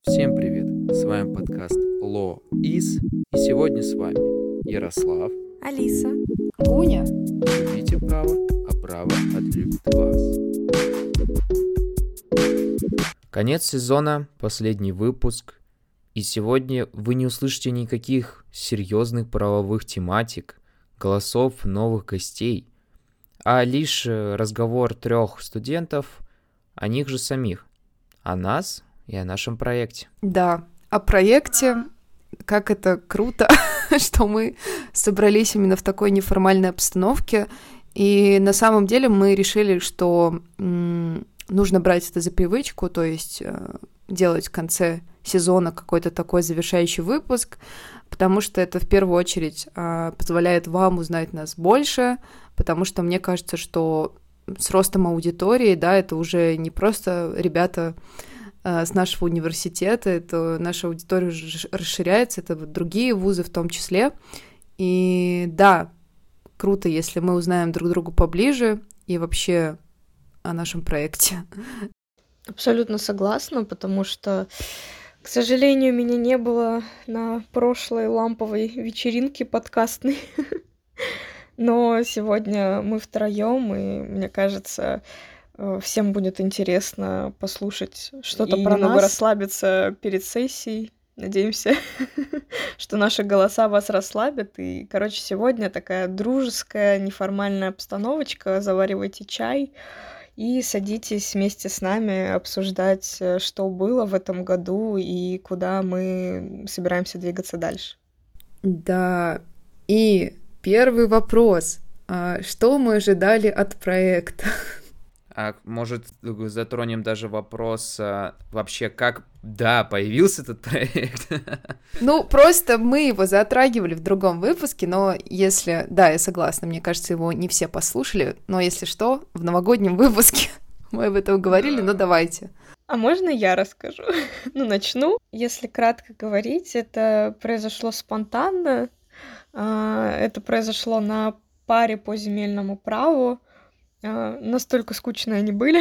Всем привет! С вами подкаст Law Is, и сегодня с вами Ярослав, Алиса, Гуня. Любите право, а право отлюбит вас. Конец сезона, последний выпуск, и сегодня вы не услышите никаких серьезных правовых тематик, голосов новых гостей, а лишь разговор 3 студентов о них же самих, о нас и о нашем проекте. Да, о проекте, как это круто, что мы собрались именно в такой неформальной обстановке, и на самом деле мы решили, что нужно брать это за привычку, то есть делать в конце сезона какой-то такой завершающий выпуск, потому что это в первую очередь позволяет вам узнать нас больше, потому что мне кажется, что с ростом аудитории, да, это уже не просто ребята с нашего университета, это наша аудитория уже расширяется, это вот другие вузы в том числе. И да, круто, если мы узнаем друг друга поближе и вообще о нашем проекте. Абсолютно согласна, потому что, к сожалению, меня не было на прошлой ламповой вечеринке подкастной. Но сегодня мы втроем, и мне кажется, всем будет интересно послушать что-то про нас. Немного расслабиться перед сессией. Надеемся, что наши голоса вас расслабят. И, короче, сегодня такая дружеская, неформальная обстановочка. Заваривайте чай и садитесь вместе с нами обсуждать, что было в этом году и куда мы собираемся двигаться дальше. Да, и первый вопрос. Что мы ожидали от проекта? А может, затронем даже вопрос вообще, как, появился этот проект? Ну, просто мы его затрагивали в другом выпуске, но если... Да, я согласна, мне кажется, его не все послушали, но если что, в новогоднем выпуске мы об этом говорили, но давайте. А можно я расскажу? Начну. Если кратко говорить, это произошло спонтанно. Это произошло на паре по земельному праву. Настолько скучные они были.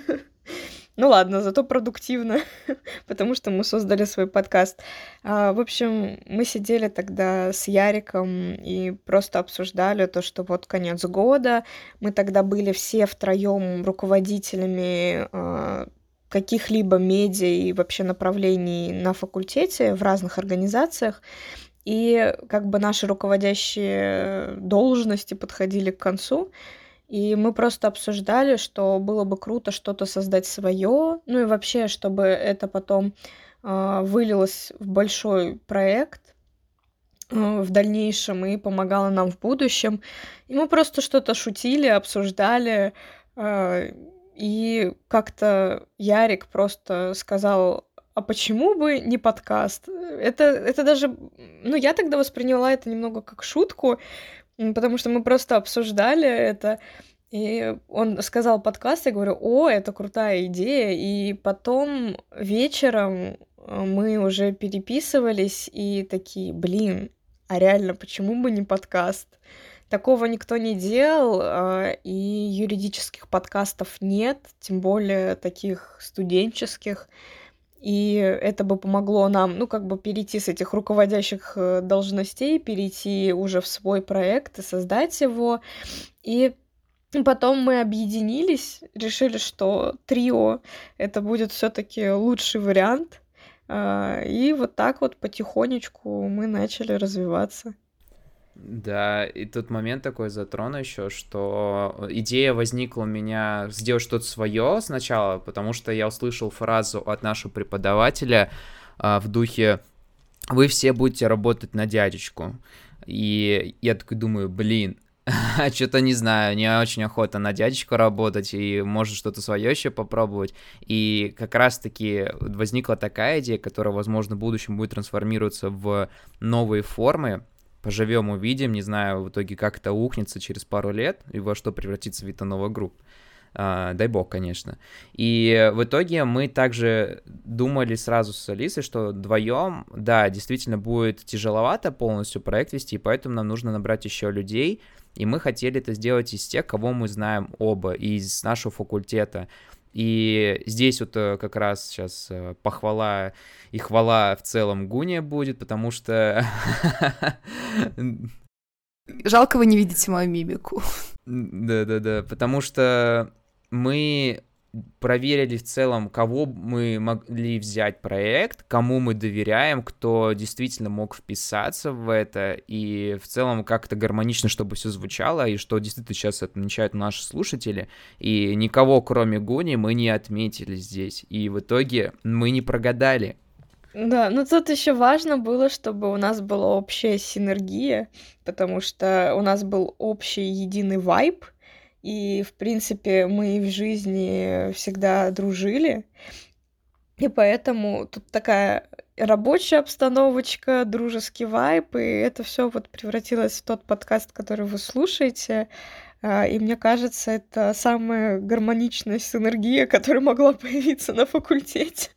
Ну ладно, зато продуктивно, потому что мы создали свой подкаст. В общем, мы сидели тогда с Яриком и просто обсуждали то, что вот конец года. Мы тогда были все втроем руководителями каких-либо медиа и вообще направлений на факультете в разных организациях. И как бы наши руководящие должности подходили к концу. И мы просто обсуждали, что было бы круто что-то создать свое, ну и вообще, чтобы это потом вылилось в большой проект в дальнейшем и помогало нам в будущем. И мы просто что-то шутили, обсуждали, и как-то Ярик просто сказал: а почему бы не подкаст? Это даже... я тогда восприняла это немного как шутку, потому что мы просто обсуждали это, и он сказал подкаст, я говорю: о, это крутая идея, и потом вечером мы уже переписывались и такие: блин, а реально, почему бы не подкаст? Такого никто не делал, и юридических подкастов нет, тем более таких студенческих. И это бы помогло нам, перейти с этих руководящих должностей, перейти уже в свой проект и создать его. И потом мы объединились, решили, что трио — это будет все-таки лучший вариант. И вот так вот потихонечку мы начали развиваться. Да, и тут момент такой затрону еще, что идея возникла у меня сделать что-то свое сначала, потому что я услышал фразу от нашего преподавателя в духе: вы все будете работать на дядечку. И я такой думаю: блин, что-то не знаю, не очень охота на дядечку работать, и может что-то свое еще попробовать. И как раз-таки возникла такая идея, которая, возможно, в будущем будет трансформироваться в новые формы. Поживем, увидим, не знаю в итоге, как это ухнется через пару лет и во что превратится Витанова Групп. Дай бог, конечно. И в итоге мы также думали сразу с Алисой, что вдвоем, да, действительно будет тяжеловато полностью проект вести, поэтому нам нужно набрать еще людей, и мы хотели это сделать из тех, кого мы знаем оба, из нашего факультета. И здесь вот как раз сейчас похвала и хвала в целом Гуне будет, потому что... Жалко, вы не видите мою мимику. Да-да-да, потому что мы проверили в целом, кого мы могли взять проект, кому мы доверяем, кто действительно мог вписаться в это, и в целом как-то гармонично, чтобы все звучало, и что действительно сейчас отмечают наши слушатели, и никого, кроме Гуни, мы не отметили здесь, и в итоге мы не прогадали. Да, но тут еще важно было, чтобы у нас была общая синергия, потому что у нас был общий единый вайб, и, в принципе, мы в жизни всегда дружили, и поэтому тут такая рабочая обстановочка, дружеский вайб, и это все вот превратилось в тот подкаст, который вы слушаете, и мне кажется, это самая гармоничная синергия, которая могла появиться на факультете.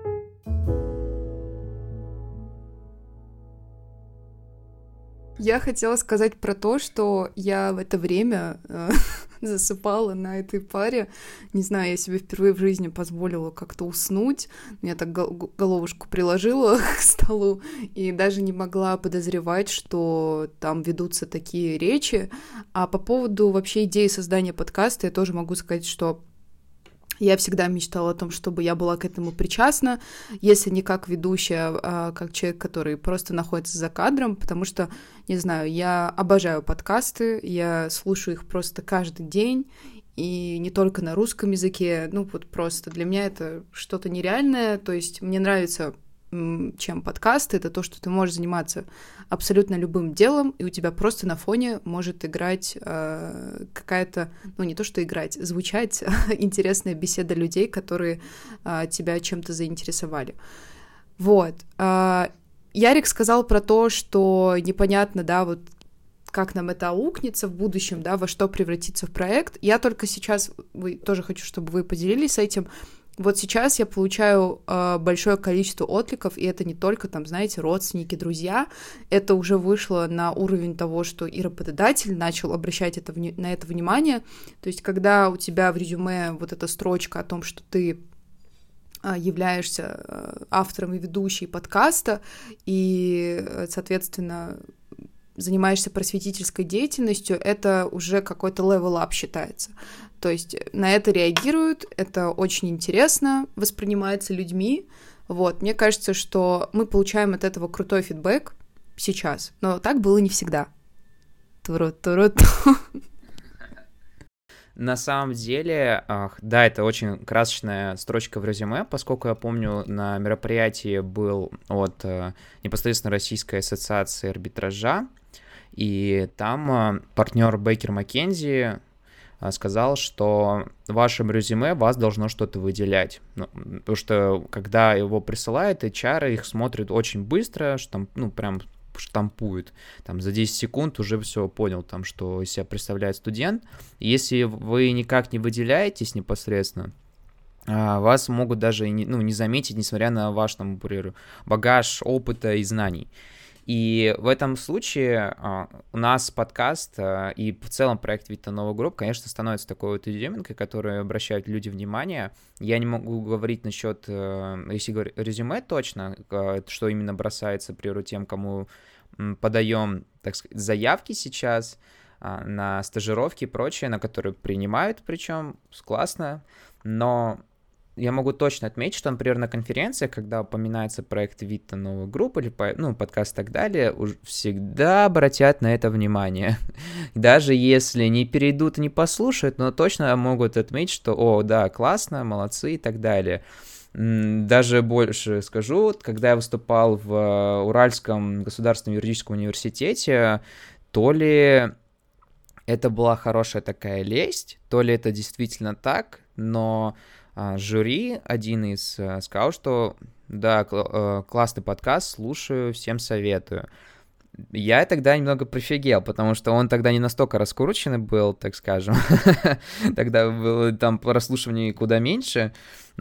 Я хотела сказать про то, что я в это время засыпала на этой паре. Не знаю, я себе впервые в жизни позволила как-то уснуть. Я так головушку приложила к столу и даже не могла подозревать, что там ведутся такие речи. А по поводу вообще идеи создания подкаста я тоже могу сказать, что я всегда мечтала о том, чтобы я была к этому причастна, если не как ведущая, а как человек, который просто находится за кадром, потому что, не знаю, я обожаю подкасты, я слушаю их просто каждый день, и не только на русском языке, ну вот просто для меня это что-то нереальное, то есть мне нравится, чем подкасты, это то, что ты можешь заниматься абсолютно любым делом, и у тебя просто на фоне может играть какая-то, ну не то что играть, звучать интересная беседа людей, которые тебя чем-то заинтересовали. Вот. Ярик сказал про то, что непонятно, да, вот как нам это аукнется в будущем, да, во что превратится в проект. Я только сейчас, тоже хочу, чтобы вы поделились с этим. Вот сейчас я получаю большое количество откликов, и это не только, там, знаете, родственники, друзья, это уже вышло на уровень того, что и работодатель начал обращать на это внимание. То есть когда у тебя в резюме вот эта строчка о том, что ты являешься автором и ведущей подкаста, и, соответственно, занимаешься просветительской деятельностью, это уже какой-то level-up считается. То есть на это реагируют, это очень интересно воспринимается людьми. Вот, мне кажется, что мы получаем от этого крутой фидбэк сейчас, но так было не всегда. На самом деле, да, это очень красочная строчка в резюме, поскольку я помню, на мероприятии был от непосредственно Российской ассоциации арбитража, и там партнер Бейкер Маккензи сказал, что в вашем резюме вас должно что-то выделять. Ну, потому что, когда его присылают, HR их смотрят очень быстро, прям штампуют. Там за 10 секунд уже все понял, там, что из себя представляет студент. Если вы никак не выделяетесь непосредственно, вас могут даже не заметить, несмотря на ваш, там, например, багаж опыта и знаний. И в этом случае у нас подкаст и в целом проект Vita Nova Group, конечно, становится такой вот изюминкой, которой обращают люди внимание. Я не могу говорить насчет, если говорить резюме точно, что именно бросается, например, тем, кому подаем, так сказать, заявки сейчас на стажировки и прочее, на которые принимают, причем классно, но я могу точно отметить, что, например, на конференциях, когда упоминается проект Vita Nova Group или подкаст и так далее, всегда обратят на это внимание. Даже если не перейдут и не послушают, но точно могут отметить, что, о, да, классно, молодцы и так далее. Даже больше скажу, когда я выступал в Уральском государственном юридическом университете, то ли это была хорошая такая лесть, то ли это действительно так, но жюри один из сказал, что да, классный подкаст, слушаю, всем советую. Я тогда немного прифигел, потому что он тогда не настолько раскрученный был, так скажем. Тогда было там прослушиваний куда меньше,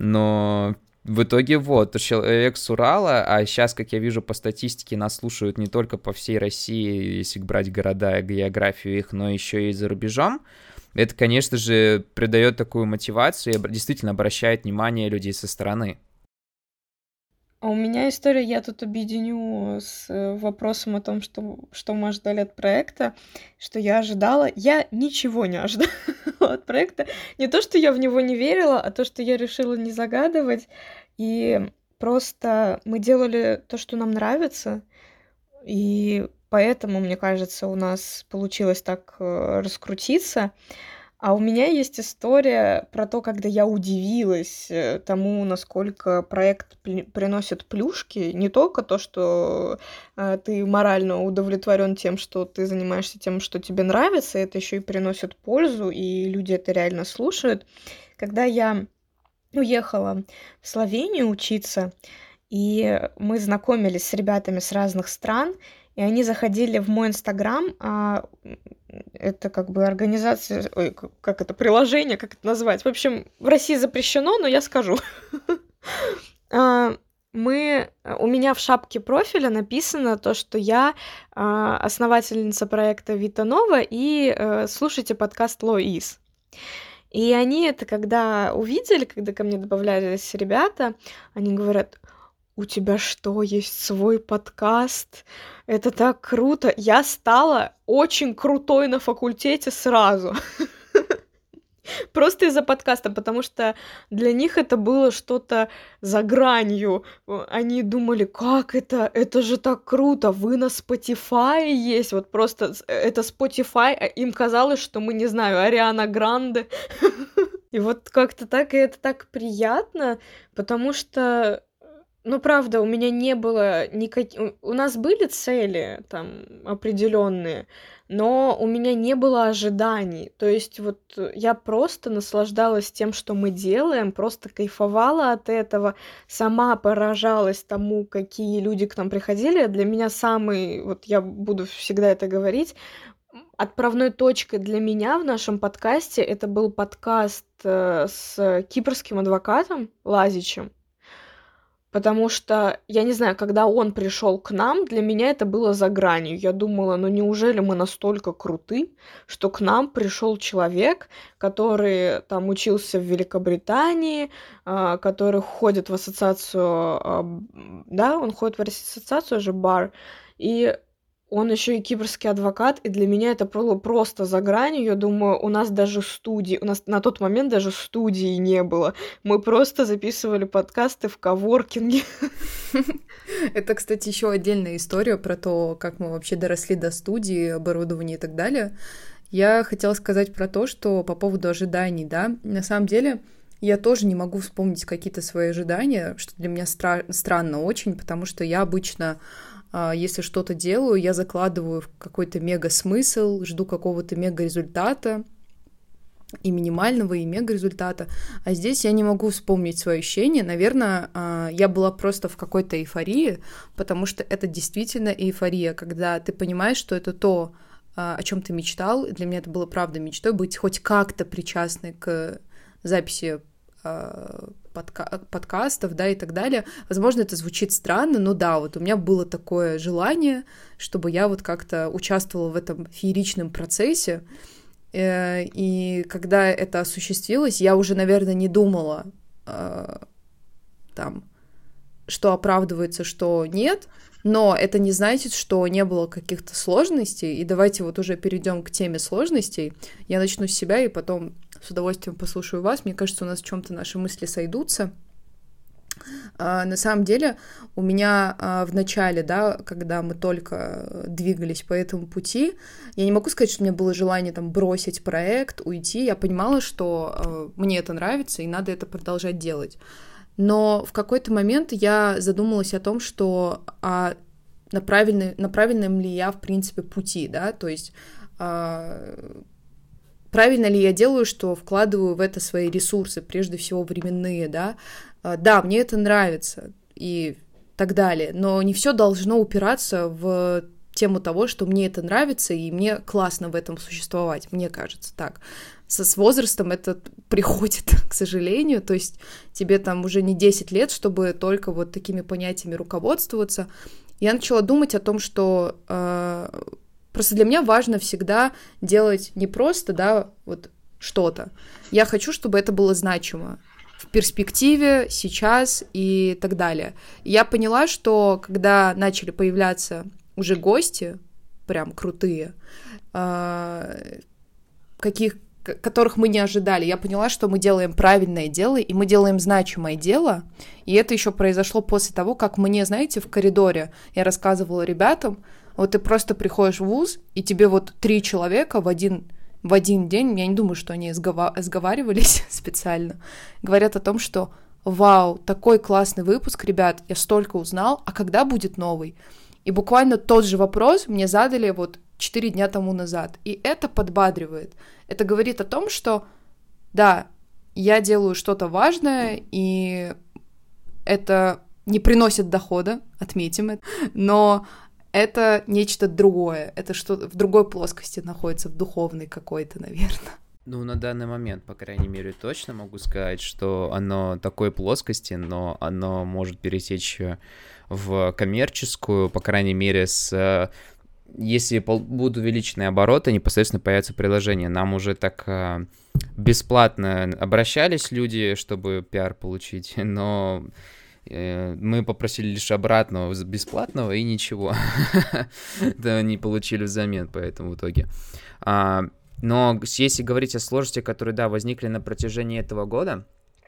но в итоге вот, человек с Урала, а сейчас, как я вижу по статистике, нас слушают не только по всей России, если брать города и географию их, но еще и за рубежом. Это, конечно же, придает такую мотивацию и действительно обращает внимание людей со стороны. А у меня история, я тут объединю с вопросом о том, что мы ожидали от проекта, что я ожидала. Я ничего не ожидала от проекта. Не то, что я в него не верила, а то, что я решила не загадывать. И просто мы делали то, что нам нравится. И поэтому, мне кажется, у нас получилось так раскрутиться. А у меня есть история про то, когда я удивилась тому, насколько проект приносит плюшки. Не только то, что ты морально удовлетворен тем, что ты занимаешься тем, что тебе нравится, это еще и приносит пользу, и люди это реально слушают. Когда я уехала в Словению учиться, и мы знакомились с ребятами с разных стран, и они заходили в мой Инстаграм, это как бы организация, ой, как это, приложение, как это назвать? В общем, в России запрещено, но я скажу. У меня в шапке профиля написано то, что я основательница проекта Вита Нова и слушайте подкаст Лоис. И они это когда увидели, когда ко мне добавлялись ребята, они говорят: у тебя что, есть свой подкаст? Это так круто. Я стала очень крутой на факультете сразу. Просто из-за подкаста, потому что для них это было что-то за гранью. Они думали, как это? Это же так круто, вы на Spotify есть. Вот просто это Spotify, а им казалось, что мы, не знаю, Ариана Гранде. И вот как-то так, и это так приятно, потому что, ну, правда, у меня не было никаких... У нас были цели там определенные, но у меня не было ожиданий. То есть вот я просто наслаждалась тем, что мы делаем, просто кайфовала от этого, сама поражалась тому, какие люди к нам приходили. Для меня самый, вот я буду всегда это говорить, отправной точкой для меня в нашем подкасте это был подкаст с кипрским адвокатом Лазичем. Потому что, я не знаю, когда он пришел к нам, для меня это было за гранью. Я думала, ну неужели мы настолько круты, что к нам пришел человек, который там учился в Великобритании, который ходит в ассоциацию, да, он ходит в ассоциацию же бар, и он еще и кипрский адвокат, и для меня это было просто за гранью. Я думаю, у нас на тот момент даже студии не было. Мы просто записывали подкасты в коворкинге. Это, кстати, еще отдельная история про то, как мы вообще доросли до студии, оборудования и так далее. Я хотела сказать про то, что по поводу ожиданий, да, на самом деле я тоже не могу вспомнить какие-то свои ожидания, что для меня странно очень, потому что я обычно... Если что-то делаю, я закладываю в какой-то мега-смысл, жду какого-то мега-результата, и минимального, и мега-результата. А здесь я не могу вспомнить свои ощущения. Наверное, я была просто в какой-то эйфории, потому что это действительно эйфория, когда ты понимаешь, что это то, о чем ты мечтал. Для меня это было правда мечтой, быть хоть как-то причастной к записи подкастов, да, и так далее. Возможно, это звучит странно, но да, вот у меня было такое желание, чтобы я вот как-то участвовала в этом фееричном процессе, и когда это осуществилось, я уже, наверное, не думала там, что оправдывается, что нет, но это не значит, что не было каких-то сложностей, и давайте вот уже перейдем к теме сложностей. Я начну с себя и потом с удовольствием послушаю вас. Мне кажется, у нас в чем-то наши мысли сойдутся. На самом деле у меня в начале, да, когда мы только двигались по этому пути, я не могу сказать, что у меня было желание там бросить проект, уйти. Я понимала, что мне это нравится и надо это продолжать делать. Но в какой-то момент я задумалась о том, что на правильном ли я, в принципе, пути, да, то есть правильно ли я делаю, что вкладываю в это свои ресурсы, прежде всего временные, да, да, мне это нравится и так далее, но не все должно упираться в тему того, что мне это нравится, и мне классно в этом существовать, мне кажется так. С возрастом это приходит, к сожалению, то есть тебе там уже не 10 лет, чтобы только вот такими понятиями руководствоваться. Я начала думать о том, что просто для меня важно всегда делать не просто, да, вот что-то. Я хочу, чтобы это было значимо в перспективе, сейчас и так далее. И я поняла, что когда начали появляться уже гости, прям крутые, которых мы не ожидали, я поняла, что мы делаем правильное дело, и мы делаем значимое дело, и это еще произошло после того, как мне, знаете, в коридоре я рассказывала ребятам, вот ты просто приходишь в вуз, и тебе вот 3 человека в один день, я не думаю, что они сговаривались специально, говорят о том, что вау, такой классный выпуск, ребят, я столько узнал, а когда будет новый? И буквально тот же вопрос мне задали вот 4 дня тому назад, и это подбадривает. Это говорит о том, что да, я делаю что-то важное, и это не приносит дохода, отметим это, но это нечто другое, это что-то в другой плоскости находится, в духовной какой-то, наверное. Ну, на данный момент, по крайней мере, точно могу сказать, что оно такой плоскости, но оно может пересечь в коммерческую, по крайней мере, если будут увеличены обороты, непосредственно появятся приложения. Нам уже так бесплатно обращались люди, чтобы пиар получить, но мы попросили лишь обратного бесплатного и ничего. Да, не получили взамен, поэтому в итоге. Но если говорить о сложностях, которые, да, возникли на протяжении этого года,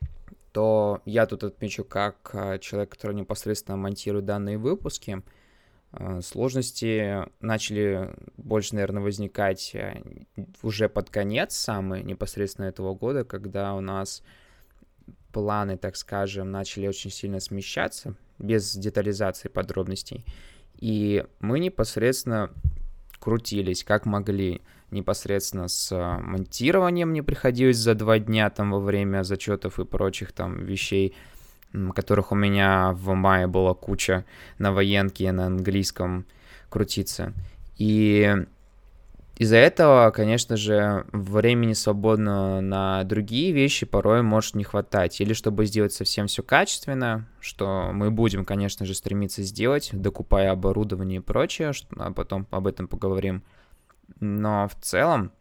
то я тут отмечу, как человек, который непосредственно монтирует данные выпуски, сложности начали больше, наверное, возникать уже под конец самый непосредственно этого года, когда у нас планы, так скажем, начали очень сильно смещаться, без детализации подробностей. И мы непосредственно крутились, как могли. Непосредственно с монтированием мне приходилось за 2 дня там во время зачетов и прочих там вещей, которых у меня в мае была куча на военке, на английском крутиться. И из-за этого, конечно же, времени свободного на другие вещи порой может не хватать. Или чтобы сделать совсем все качественно, что мы будем, конечно же, стремиться сделать, докупая оборудование и прочее, а потом об этом поговорим. Но в целом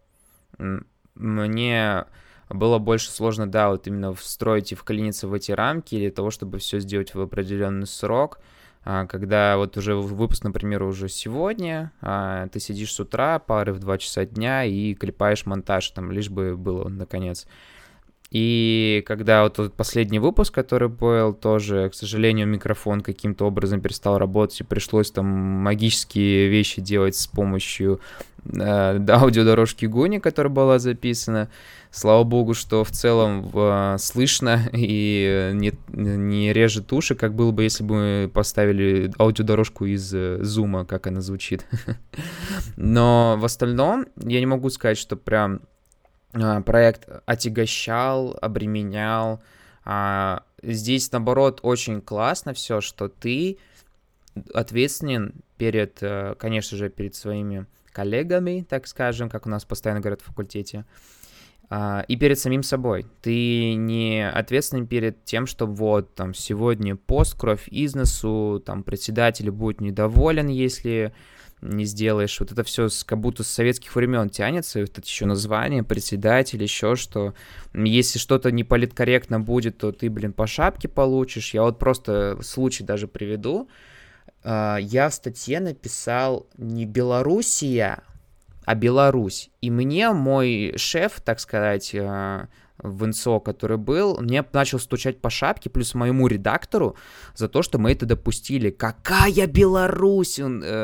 мне было больше сложно, да, вот именно встроить и вклиниться в эти рамки для того, чтобы все сделать в определенный срок. Когда вот уже выпуск, например, уже сегодня, ты сидишь с утра, пары в 2 часа дня и клепаешь монтаж, там, лишь бы было, наконец. И когда вот тот последний выпуск, который был, тоже, к сожалению, микрофон каким-то образом перестал работать, и пришлось там магические вещи делать с помощью аудиодорожки Гуни, которая была записана. Слава богу, что в целом слышно и не режет уши, как было бы, если бы мы поставили аудиодорожку из Zoom, как она звучит. Но в остальном я не могу сказать, что прям проект отягощал, обременял. Здесь, наоборот, очень классно все, что ты ответственен перед, конечно же, перед своими коллегами, так скажем, как у нас постоянно говорят в факультете, и перед самим собой. Ты не ответственен перед тем, что вот там сегодня пост, кровь из носу, там председатель будет недоволен, если не сделаешь. Вот это все как будто с советских времен тянется, вот это еще название, председатель, еще что. Если что-то не политкорректно будет, то ты, по шапке получишь. Я вот просто случай даже приведу. Я в статье написал не Белоруссия, а Беларусь. И мне мой шеф, так сказать, в ИНСО, который был, мне начал стучать по шапке, плюс моему редактору, за то, что мы это допустили. Какая Беларусь?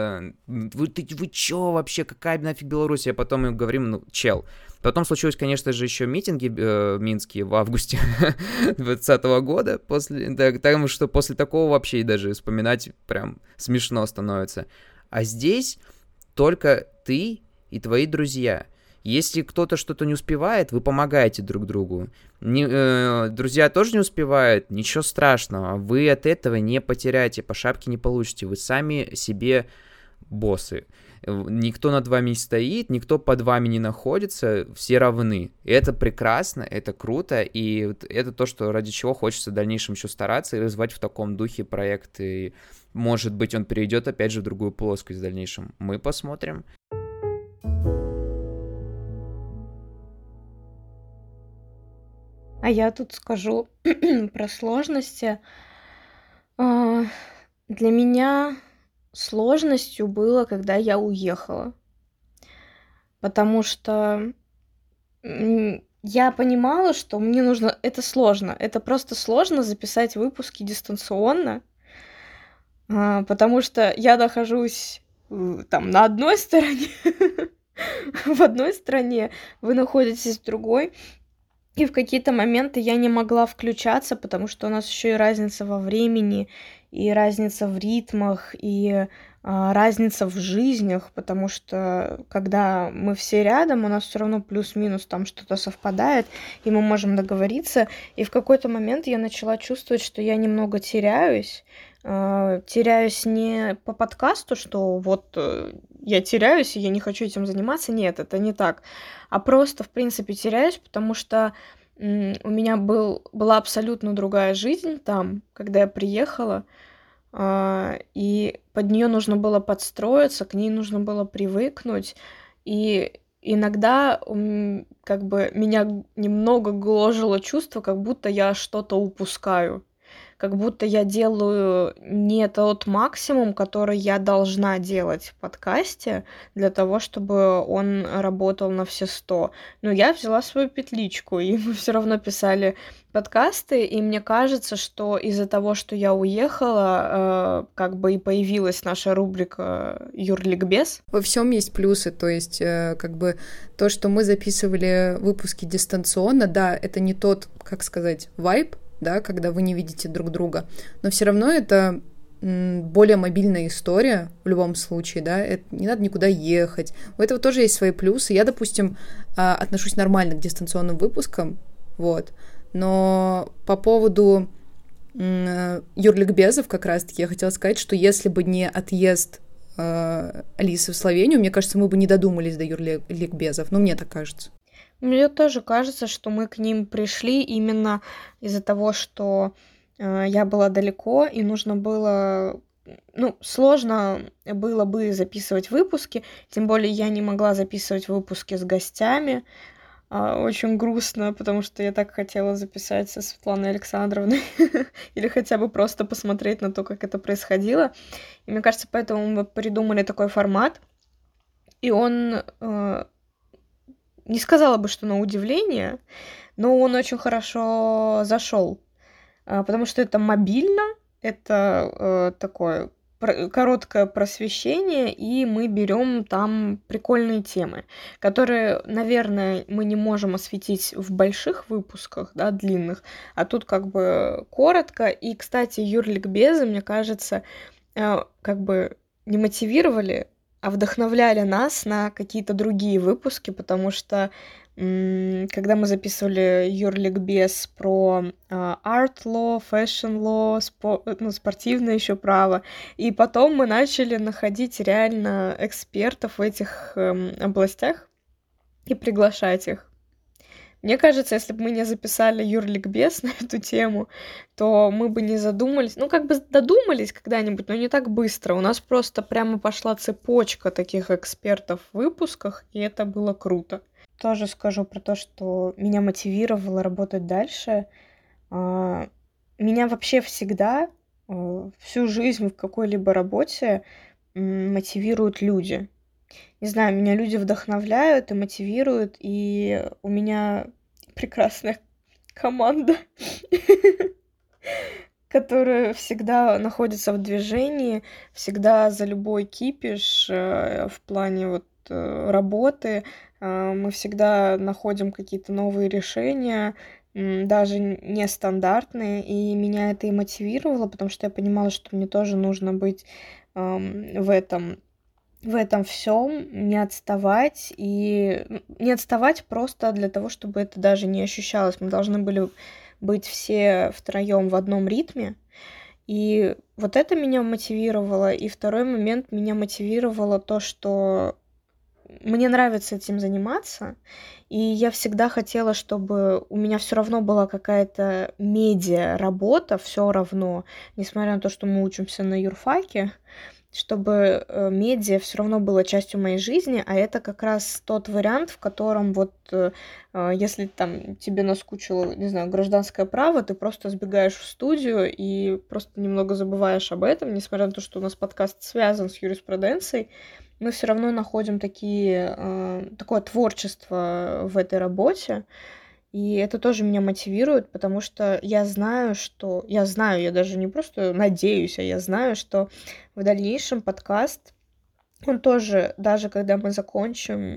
Вы чё вообще? Какая нафиг Беларусь? Я потом ему говорим, чел. Потом случилось, конечно же, еще митинги минские в августе 2020 года, потому что после такого вообще даже вспоминать прям смешно становится. А здесь только ты и твои друзья. Если кто-то что-то не успевает, вы помогаете друг другу. Друзья тоже не успевают, ничего страшного. Вы от этого не потеряете, по шапке не получите. Вы сами себе боссы. Никто над вами не стоит, никто под вами не находится, все равны. И это прекрасно, это круто, и это то, что ради чего хочется в дальнейшем еще стараться и развивать в таком духе проект. И, может быть, он перейдет опять же в другую плоскость в дальнейшем. Мы посмотрим. А я тут скажу про сложности. А, Для меня сложностью было, когда я уехала, потому что я понимала, что мне нужно... Это сложно, это просто сложно записать выпуски дистанционно, потому что я нахожусь там на одной стороне, в одной стране, вы находитесь в другой, и в какие-то моменты я не могла включаться, потому что у нас еще и разница во времени, и разница в ритмах, и разница в жизнях, потому что когда мы все рядом, у нас все равно плюс-минус там что-то совпадает, и мы можем договориться. И в какой-то момент я начала чувствовать, что я немного теряюсь. Теряюсь не по подкасту, что вот я теряюсь, и я не хочу этим заниматься. Нет, это не так. А просто, в принципе, теряюсь, потому что у меня была абсолютно другая жизнь там, когда я приехала, и под нее нужно было подстроиться, к ней нужно было привыкнуть. И иногда как бы меня немного гложило чувство, как будто я что-то упускаю. Как будто я делаю не тот максимум, который я должна делать в подкасте для того, чтобы он работал на все 100. Но я взяла свою петличку, и мы все равно писали подкасты, и мне кажется, что из-за того, что я уехала, как бы и появилась наша рубрика «Юрликбез». Во всем есть плюсы, то есть как бы то, что мы записывали выпуски дистанционно, да, это не тот, как сказать, вайб, да, когда вы не видите друг друга. Но все равно это более мобильная история в любом случае, да, это не надо никуда ехать. У этого тоже есть свои плюсы. Я, допустим, отношусь нормально к дистанционным выпускам, вот. Но по поводу юрликбезов как раз-таки я хотела сказать, что если бы не отъезд Алисы в Словению, мне кажется, мы бы не додумались до юрликбезов. Ну, мне так кажется. Мне тоже кажется, что мы к ним пришли именно из-за того, что я была далеко, и нужно было... Ну, сложно было бы записывать выпуски, тем более я не могла записывать выпуски с гостями. Очень грустно, потому что я так хотела записать со Светланой Александровной или хотя бы просто посмотреть на то, как это происходило. И мне кажется, поэтому мы придумали такой формат, и он... Не сказала бы, что на удивление, но он очень хорошо зашел, потому что это мобильно, это такое короткое просвещение, и мы берем там прикольные темы, которые, наверное, мы не можем осветить в больших выпусках, да, длинных, а тут как бы коротко. И, кстати, юрликбезы, мне кажется, как бы не мотивировали, а вдохновляли нас на какие-то другие выпуски, потому что когда мы записывали юрликбез про art law, fashion law, спортивное еще право, и потом мы начали находить реально экспертов в этих областях и приглашать их. Мне кажется, если бы мы не записали юрликбез на эту тему, то мы бы не задумались. Ну, как бы додумались когда-нибудь, но не так быстро. У нас просто прямо пошла цепочка таких экспертов в выпусках, и это было круто. Тоже скажу про то, что меня мотивировало работать дальше. Меня вообще всегда, всю жизнь в какой-либо работе мотивируют люди. Не знаю, меня люди вдохновляют и мотивируют, и у меня прекрасная команда, которая всегда находится в движении, всегда за любой кипиш в плане вот работы. Мы всегда находим какие-то новые решения, даже нестандартные, и меня это и мотивировало, потому что я понимала, что мне тоже нужно быть в этом всем, не отставать, и не отставать просто для того, чтобы это даже не ощущалось. Мы должны были быть все втроем в одном ритме, и вот это меня мотивировало. И второй момент меня мотивировало то, что мне нравится этим заниматься, и я всегда хотела, чтобы у меня все равно была какая-то медиа работа, все равно, несмотря на то, что мы учимся на юрфаке, чтобы медиа все равно было частью моей жизни, а это как раз тот вариант, в котором если там тебе наскучило, не знаю, гражданское право, ты просто сбегаешь в студию и просто немного забываешь об этом, несмотря на то, что у нас подкаст связан с юриспруденцией, мы все равно находим такое творчество в этой работе, и это тоже меня мотивирует, потому что я знаю, я даже не просто надеюсь, а я знаю, что в дальнейшем подкаст, он тоже, даже когда мы закончим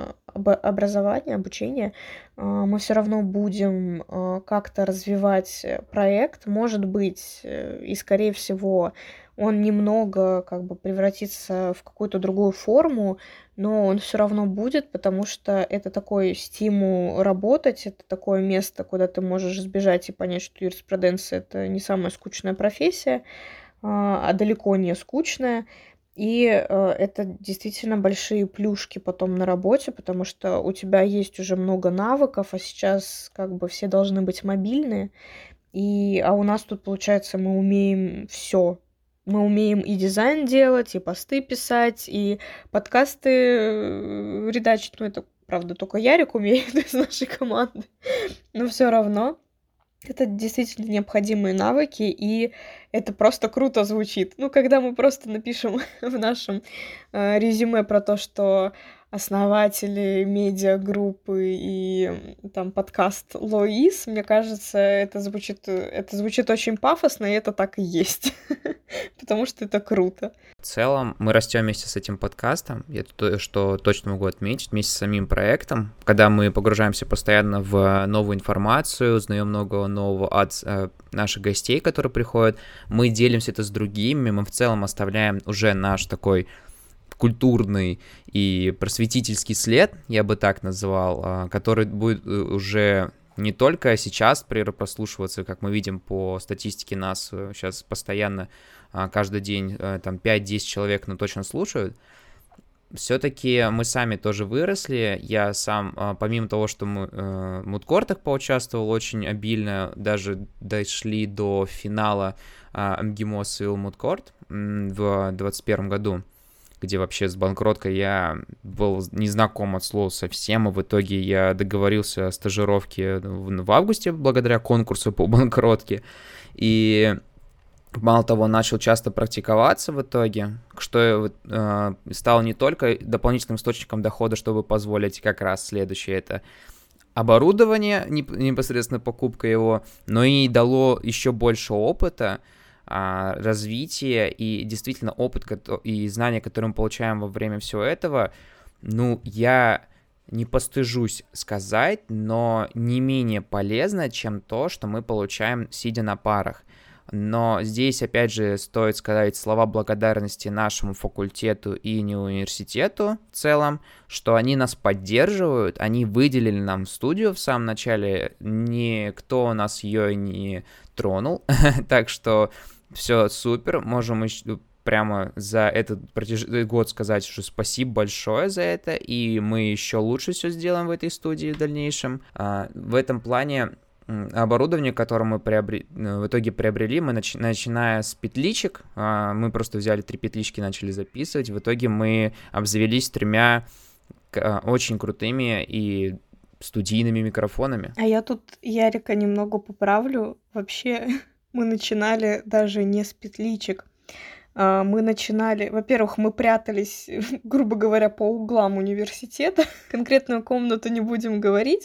обучение, мы все равно будем как-то развивать проект, может быть, и скорее всего он немного как бы превратится в какую-то другую форму, но он все равно будет, потому что это такой стимул работать, это такое место, куда ты можешь сбежать и понять, что юриспруденция — это не самая скучная профессия, а далеко не скучная. И это действительно большие плюшки потом на работе, потому что у тебя есть уже много навыков, а сейчас как бы все должны быть мобильные. А у нас тут, получается, мы умеем все. Мы умеем и дизайн делать, и посты писать, и подкасты редачить. Ну, это, правда, только Ярик умеет из нашей команды. Но все равно это действительно необходимые навыки, и это просто круто звучит. Ну, когда мы просто напишем в нашем резюме про то, что основатели медиагруппы и там подкаст Лоис, мне кажется, это звучит очень пафосно, и это так и есть, потому что это круто. В целом, мы растем вместе с этим подкастом, это то, что точно могу отметить, вместе с самим проектом, когда мы погружаемся постоянно в новую информацию, узнаем много нового от наших гостей, которые приходят, мы делимся это с другими, мы в целом оставляем уже наш такой культурный и просветительский след, я бы так назвал, который будет уже не только сейчас прослушиваться, как мы видим по статистике нас сейчас постоянно каждый день там 5-10 человек, но точно слушают. Все-таки мы сами тоже выросли. Я сам, помимо того, что мы в мудкортах поучаствовал очень обильно, даже дошли до финала МГИМО Civil Мудкорт в 2021 году, где вообще с банкроткой я был незнаком от слова совсем, и в итоге я договорился о стажировке в августе благодаря конкурсу по банкротке, и мало того, начал часто практиковаться в итоге, что стало не только дополнительным источником дохода, чтобы позволить как раз следующее, это оборудование, непосредственно покупка его, но и дало еще больше опыта, развитие и действительно опыт и знания, которые мы получаем во время всего этого, ну, я не постыжусь сказать, но не менее полезно, чем то, что мы получаем, сидя на парах. Но здесь, опять же, стоит сказать слова благодарности нашему факультету и университету в целом, что они нас поддерживают, они выделили нам студию в самом начале, никто нас ее не тронул, так что все супер, можем прямо за этот год сказать, что спасибо большое за это, и мы еще лучше все сделаем в этой студии в дальнейшем. В этом плане оборудование, которое мы в итоге приобрели, мы начиная с петличек, мы просто взяли 3 петлички, начали записывать, в итоге мы обзавелись 3 очень крутыми и студийными микрофонами. А я тут Ярика немного поправлю. Вообще, мы начинали даже не с петличек. Мы начинали... Во-первых, мы прятались, грубо говоря, по углам университета. Конкретную комнату не будем говорить.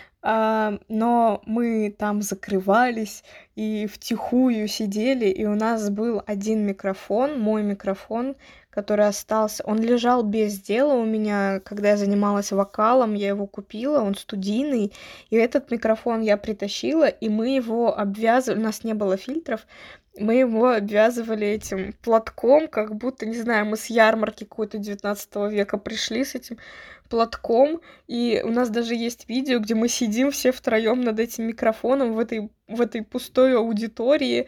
Но мы там закрывались и втихую сидели, и у нас был один микрофон, мой микрофон, который остался. Он лежал без дела у меня, когда я занималась вокалом, я его купила, он студийный, и этот микрофон я притащила, и мы его обвязывали, у нас не было фильтров, мы его обвязывали этим платком, как будто, не знаю, мы с ярмарки какой-то 19 века пришли с этим платком, и у нас даже есть видео, где мы сидим все втроем над этим микрофоном в этой пустой аудитории.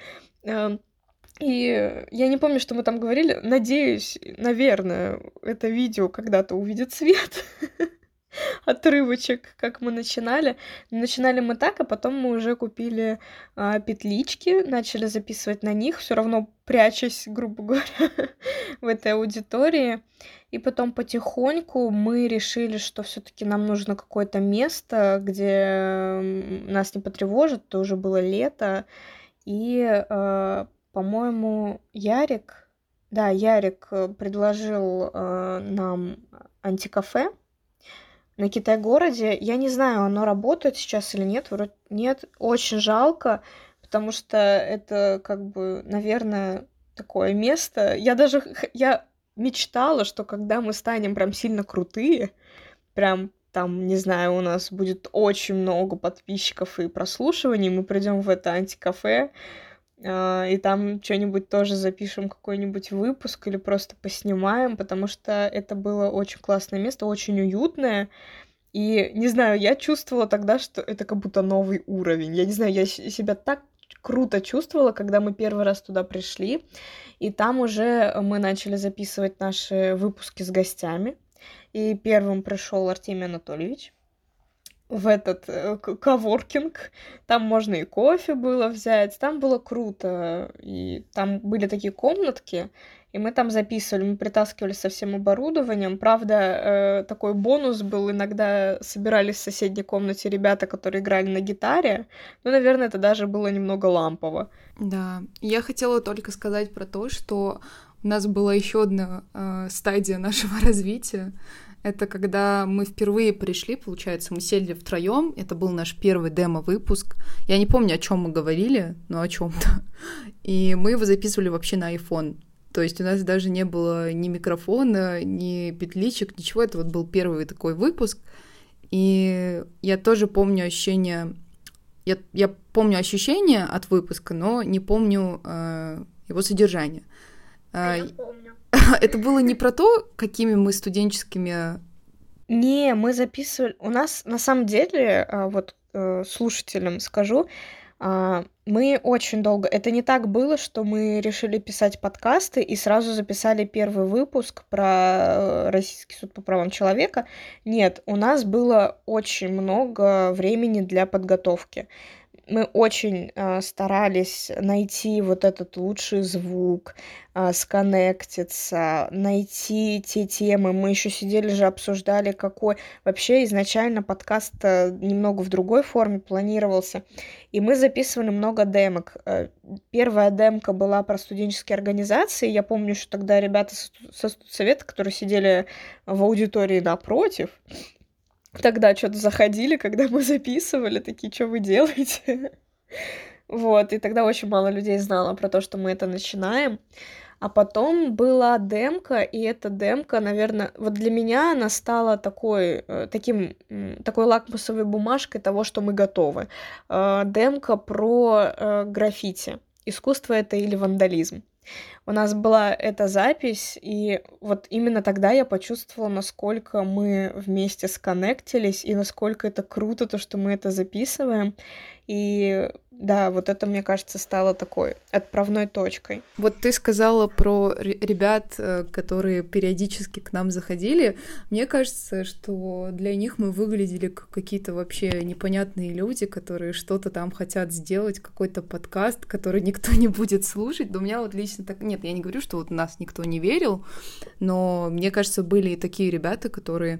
И я не помню, что мы там говорили. Надеюсь, наверное, это видео когда-то увидит свет. отрывочек, как мы начинали. Начинали мы так, а потом мы уже купили петлички, начали записывать на них, все равно прячась, грубо говоря, в этой аудитории. И потом потихоньку мы решили, что все-таки нам нужно какое-то место, где нас не потревожит. Это уже было лето. И, по-моему, Ярик предложил нам антикафе на Китай-городе. Я не знаю, оно работает сейчас или нет. Вроде нет. Очень жалко, потому что это, как бы, наверное, такое место. Я мечтала, что когда мы станем прям сильно крутые, прям там, не знаю, у нас будет очень много подписчиков и прослушиваний, мы придем в это антикафе, и там что-нибудь тоже запишем, какой-нибудь выпуск или просто поснимаем, потому что это было очень классное место, очень уютное. И, не знаю, я чувствовала тогда, что это как будто новый уровень. Я не знаю, я себя так круто чувствовала, когда мы первый раз туда пришли. И там уже мы начали записывать наши выпуски с гостями. И первым пришел Артемий Анатольевич в этот коворкинг. Там можно и кофе было взять. Там было круто. И там были такие комнатки, и мы там записывали, мы притаскивали со всем оборудованием. Правда, такой бонус был, иногда собирались в соседней комнате ребята, которые играли на гитаре. Ну, наверное, это даже было немного лампово. Да, я хотела только сказать про то, что у нас была еще одна стадия нашего развития. Это когда мы впервые пришли, получается, мы сели втроем. Это был наш первый демо-выпуск. Я не помню, о чем мы говорили, но о чем-то. И мы его записывали вообще на iPhone. То есть у нас даже не было ни микрофона, ни петличек, ничего. Это вот был первый такой выпуск. И я тоже помню ощущение... Я помню ощущение от выпуска, но не помню его содержание. Я помню. Это было не про то, какими мы студенческими... Не, мы записывали... У нас, на самом деле, вот слушателям скажу, мы очень долго... Это не так было, что мы решили писать подкасты и сразу записали первый выпуск про Российский суд по правам человека. Нет, у нас было очень много времени для подготовки. Мы очень старались найти вот этот лучший звук, сконнектиться, найти те темы. Мы еще сидели же, обсуждали, какой... Вообще изначально подкаст немного в другой форме планировался. И мы записывали много демок. Первая демка была про студенческие организации. Я помню, что тогда ребята со студсовета, которые сидели в аудитории напротив, тогда что-то заходили, когда мы записывали, такие, что вы делаете? Вот, и тогда очень мало людей знало про то, что мы это начинаем. А потом была демка, и эта демка, наверное, вот для меня она стала такой лакмусовой бумажкой того, что мы готовы. Демка про граффити. Искусство это или вандализм. У нас была эта запись, и вот именно тогда я почувствовала, насколько мы вместе сконнектились, и насколько это круто, то, что мы это записываем. И да, вот это, мне кажется, стало такой отправной точкой. Вот ты сказала про ребят, которые периодически к нам заходили. Мне кажется, что для них мы выглядели как какие-то вообще непонятные люди, которые что-то там хотят сделать, какой-то подкаст, который никто не будет слушать. Но у меня вот лично так... Нет, я не говорю, что вот нас никто не верил, но мне кажется, были и такие ребята, которые...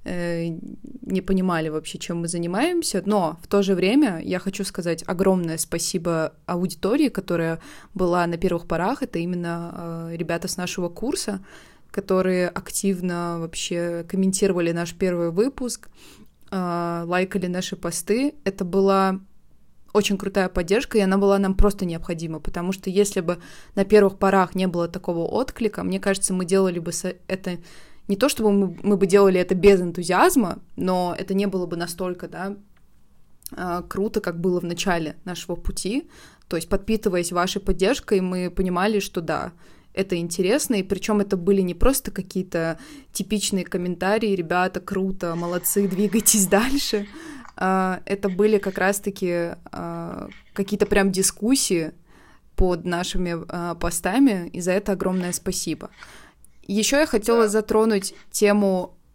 не понимали вообще, чем мы занимаемся, но в то же время я хочу сказать огромное спасибо аудитории, которая была на первых порах, это именно ребята с нашего курса, которые активно вообще комментировали наш первый выпуск, лайкали наши посты, это была очень крутая поддержка, и она была нам просто необходима, потому что если бы на первых порах не было такого отклика, мне кажется, мы делали бы это... Не то, чтобы мы бы делали это без энтузиазма, но это не было бы настолько, да, круто, как было в начале нашего пути. То есть, подпитываясь вашей поддержкой, мы понимали, что да, это интересно, и причем это были не просто какие-то типичные комментарии, ребята, круто, молодцы, двигайтесь дальше. Это были как раз-таки какие-то прям дискуссии под нашими постами, и за это огромное спасибо. Еще я хотела затронуть тему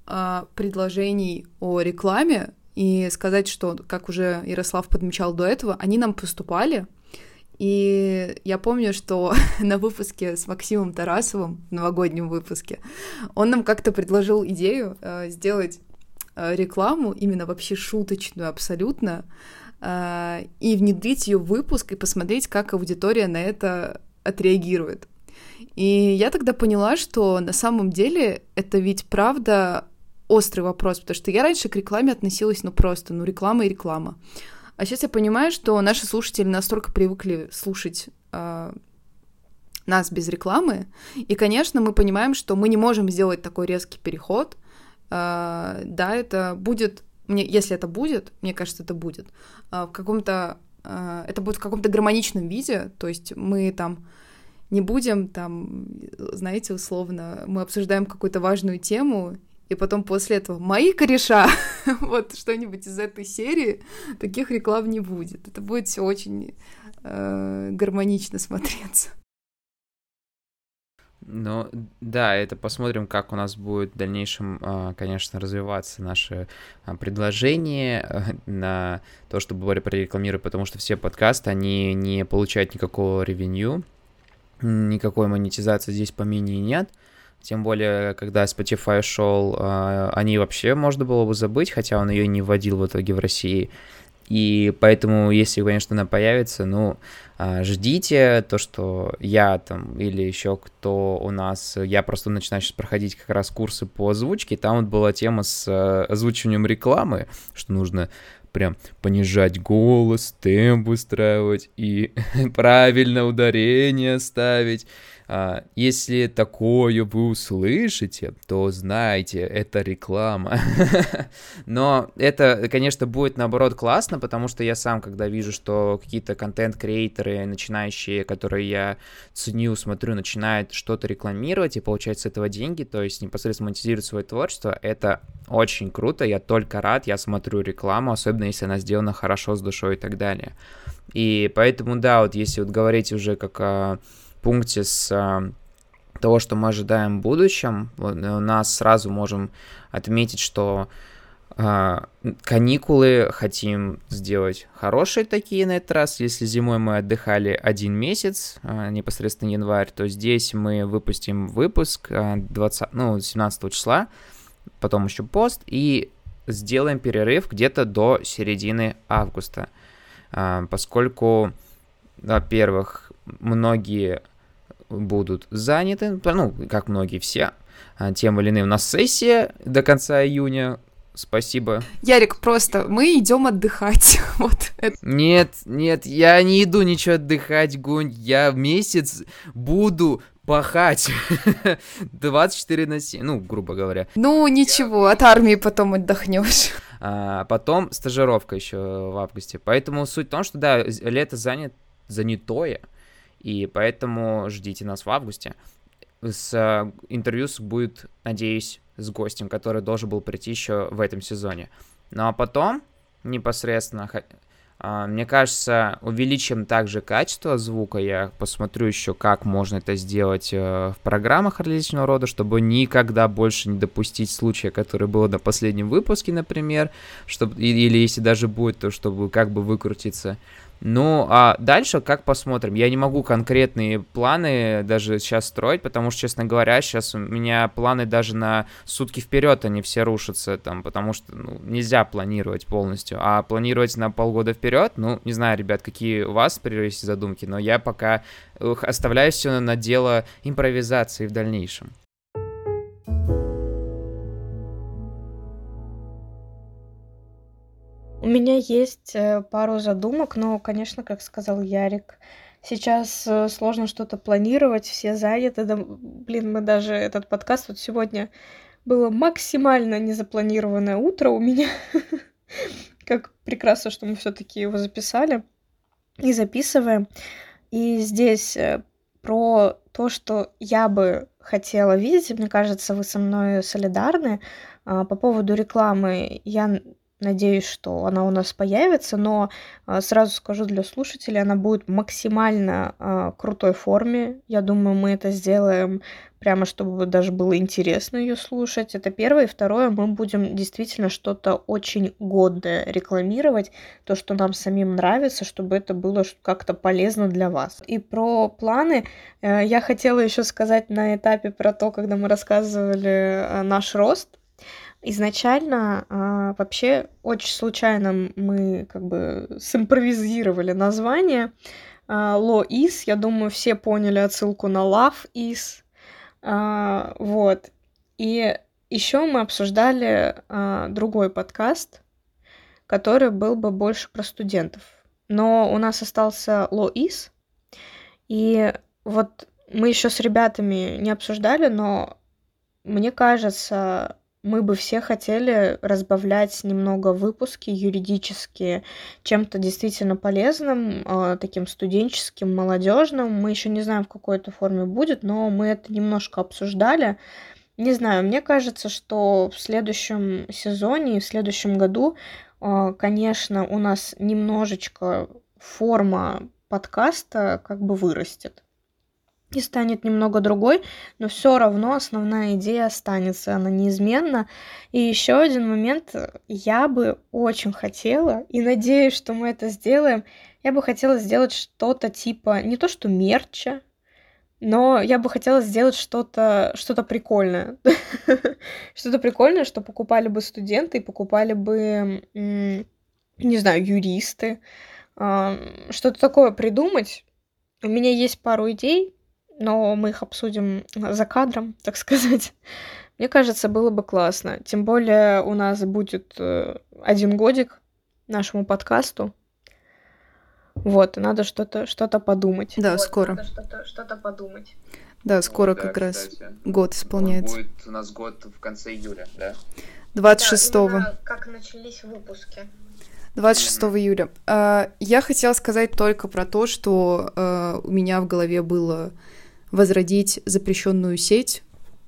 предложений о рекламе и сказать, что, как уже Ярослав подмечал до этого, они нам поступали. И я помню, что на выпуске с Максимом Тарасовым, в новогоднем выпуске, он нам как-то предложил идею сделать рекламу, именно вообще шуточную абсолютно, и внедрить ее в выпуск и посмотреть, как аудитория на это отреагирует. И я тогда поняла, что на самом деле это ведь правда острый вопрос, потому что я раньше к рекламе относилась, просто, реклама и реклама. А сейчас я понимаю, что наши слушатели настолько привыкли слушать нас без рекламы, и, конечно, мы понимаем, что мы не можем сделать такой резкий переход. Да, это будет, если это будет, мне кажется, это будет, это будет в каком-то гармоничном виде, то есть мы там не будем знаете, условно, мы обсуждаем какую-то важную тему, и потом после этого «Мои кореша!» вот что-нибудь из этой серии, таких реклам не будет. Это будет все очень гармонично смотреться. Ну, да, это посмотрим, как у нас будет в дальнейшем, конечно, развиваться наше предложение на то, чтобы прорекламировать, потому что все подкасты, они не получают никакого ревенью, никакой монетизации здесь по мини нет. Тем более, когда Spotify шел, они вообще можно было бы забыть, хотя он ее не вводил в итоге в России. И поэтому, если, конечно, она появится, ждите то, что я или еще кто у нас, я просто начинаю сейчас проходить как раз курсы по озвучке, там вот была тема с озвучиванием рекламы, что нужно прям понижать голос, темп устраивать и правильно ударение ставить. Если такое вы услышите, то знайте, это реклама. Но это, конечно, будет, наоборот, классно, потому что я сам, когда вижу, что какие-то контент-креаторы, начинающие, которые я ценю, смотрю, начинают что-то рекламировать и получать с этого деньги, то есть непосредственно монетизируют свое творчество, это очень круто, я только рад, я смотрю рекламу, особенно если она сделана хорошо, с душой и так далее. И поэтому, да, вот если вот говорить уже как о пункте с того, что мы ожидаем в будущем, у нас сразу можем отметить, что каникулы хотим сделать хорошие такие на этот раз. Если зимой мы отдыхали 1 месяц, непосредственно январь, то здесь мы выпустим выпуск 17 числа, потом еще пост, и сделаем перерыв где-то до середины августа, поскольку, во-первых, многие будут заняты, как многие, все, тем или иным. У нас сессия до конца июня, спасибо. Ярик, просто мы идем отдыхать. Вот это. Нет, я не иду ничего отдыхать, Гунь, я месяц буду пахать 24/7, грубо говоря. Ничего, от армии потом отдохнешь. Потом стажировка еще в августе. Поэтому суть в том, что да, лето занятое, и поэтому ждите нас в августе. Интервью будет, надеюсь, с гостем, который должен был прийти еще в этом сезоне. Ну а потом, непосредственно, мне кажется, увеличим также качество звука. Я посмотрю еще, как можно это сделать в программах различного рода, чтобы никогда больше не допустить случая, который был на последнем выпуске, например, или если даже будет, то чтобы как бы выкрутиться. А дальше как посмотрим. Я не могу конкретные планы даже сейчас строить, потому что, честно говоря, сейчас у меня планы даже на сутки вперед, они все рушатся, потому что нельзя планировать полностью, а планировать на полгода вперед, не знаю, ребят, какие у вас есть задумки, но я пока оставляю все на дело импровизации в дальнейшем. У меня есть пару задумок, но, конечно, как сказал Ярик, сейчас сложно что-то планировать, все заняты. Да, мы даже этот подкаст вот сегодня было максимально незапланированное утро у меня. Как прекрасно, что мы все-таки его записали и записываем. И здесь про то, что я бы хотела видеть, мне кажется, вы со мной солидарны. По поводу рекламы я надеюсь, что она у нас появится, но сразу скажу для слушателей, она будет в максимально крутой форме. Я думаю, мы это сделаем прямо, чтобы даже было интересно ее слушать. Это первое. И второе, мы будем действительно что-то очень годное рекламировать, то, что нам самим нравится, чтобы это было как-то полезно для вас. И про планы я хотела еще сказать на этапе про то, когда мы рассказывали наш рост. Изначально вообще очень случайно мы как бы симпровизировали название Law is. Я думаю, все поняли отсылку на Love is. Вот. И еще мы обсуждали другой подкаст, который был бы больше про студентов. Но у нас остался Law is. И вот мы еще с ребятами не обсуждали, но мне кажется, мы бы все хотели разбавлять немного выпуски юридические чем-то действительно полезным, таким студенческим, молодежным. Мы еще не знаем, в какой это форме будет, но мы это немножко обсуждали. Не знаю, мне кажется, что в следующем сезоне и в следующем году, конечно, у нас немножечко форма подкаста как бы вырастет и станет немного другой, но все равно основная идея останется, она неизменна. И еще один момент, я бы очень хотела, и надеюсь, что мы это сделаем, я бы хотела сделать что-то типа, не то что мерча, но я бы хотела сделать что-то прикольное. Что-то прикольное, что покупали бы студенты, покупали бы, не знаю, юристы. Что-то такое придумать. У меня есть пару идей, но мы их обсудим за кадром, так сказать. Мне кажется, было бы классно. Тем более у нас будет 1 годик нашему подкасту. Вот, и надо что-то подумать. Да, вот, скоро. Надо что-то подумать. Да, скоро Да, как раз кстати. год исполняется. Будет у нас год в конце июля, да? 26-го. Да, именно как начались выпуски. 26 июля. Я хотела сказать только про то, что у меня в голове было возродить запрещенную сеть,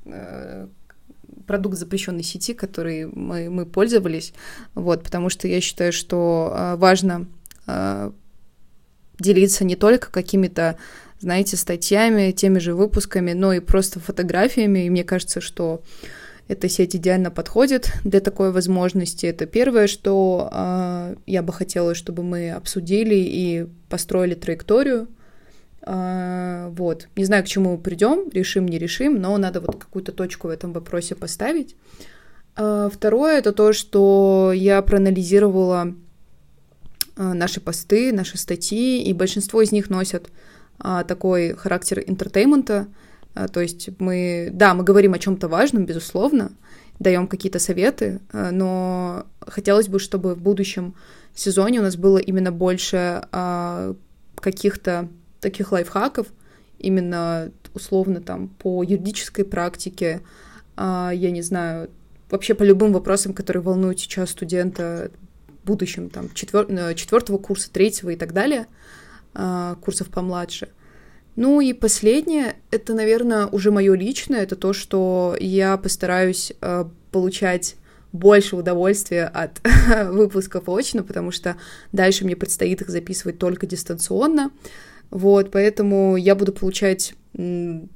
продукт запрещенной сети, который мы пользовались, вот, потому что я считаю, что важно делиться не только какими-то, знаете, статьями, теми же выпусками, но и просто фотографиями, и мне кажется, что эта сеть идеально подходит для такой возможности. Это первое, что я бы хотела, чтобы мы обсудили и построили траекторию. Вот. Не знаю, к чему мы придем, решим, не решим, но надо вот какую-то точку в этом вопросе поставить. Второе — это то, что я проанализировала наши посты, наши статьи, и большинство из них носят такой характер интертеймента. То есть мы говорим о чем-то важном, безусловно, даем какие-то советы, но хотелось бы, чтобы в будущем сезоне у нас было именно больше каких-то таких лайфхаков, именно условно там по юридической практике, я не знаю, вообще по любым вопросам, которые волнуют сейчас студента в будущем, там, 4-го курса, 3-го и так далее, курсов помладше. Ну и последнее, это, наверное, уже мое личное, это то, что я постараюсь получать больше удовольствия от выпусков очно, потому что дальше мне предстоит их записывать только дистанционно. Вот, поэтому я буду получать, не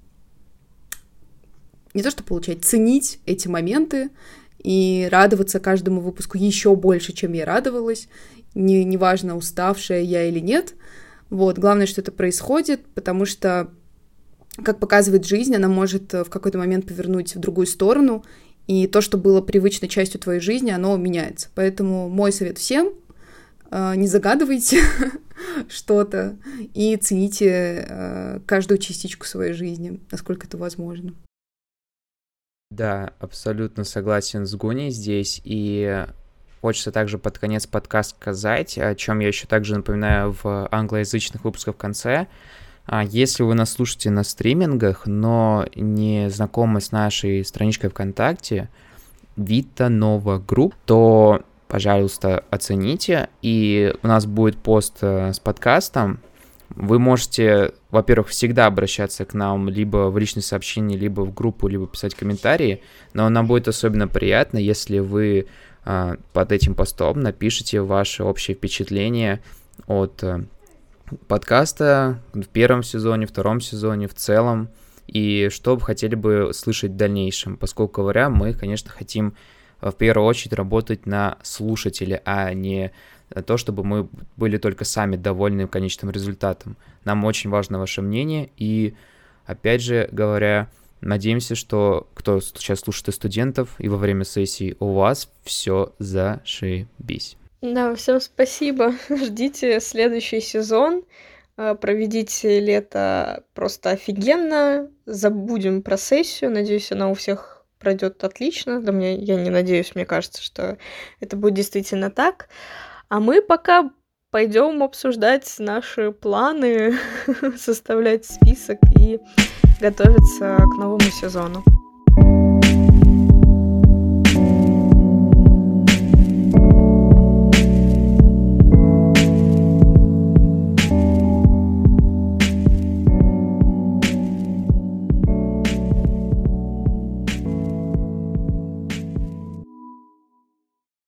то что получать, ценить эти моменты и радоваться каждому выпуску еще больше, чем я радовалась, неважно, уставшая я или нет. Вот, главное, что это происходит, потому что, как показывает жизнь, она может в какой-то момент повернуть в другую сторону, и то, что было привычной частью твоей жизни, оно меняется. Поэтому мой совет всем — не загадывайте что-то и цените каждую частичку своей жизни, насколько это возможно. Да, абсолютно согласен с Гуней здесь, и хочется также под конец подкаста сказать, о чем я еще также напоминаю в англоязычных выпусках в конце. Если вы нас слушаете на стримингах, но не знакомы с нашей страничкой ВКонтакте Vita Nova Group, то, пожалуйста, оцените, и у нас будет пост с подкастом. Вы можете, во-первых, всегда обращаться к нам либо в личные сообщения, либо в группу, либо писать комментарии, но нам будет особенно приятно, если вы под этим постом напишите ваши общие впечатления от подкаста в первом сезоне, втором сезоне, в целом, и что бы хотели бы слышать в дальнейшем. Поскольку, говоря, мы, конечно, хотим в первую очередь работать на слушателя, а не то, чтобы мы были только сами довольны конечным результатом. Нам очень важно ваше мнение, и, опять же говоря, надеемся, что кто сейчас слушает из студентов и во время сессии, у вас все зашибись. Да, всем спасибо. Ждите следующий сезон. Проведите лето просто офигенно. Забудем про сессию. Надеюсь, она у всех пройдет отлично. Да, я не надеюсь, мне кажется, что это будет действительно так. А мы пока пойдем обсуждать наши планы, составлять список и готовиться к новому сезону.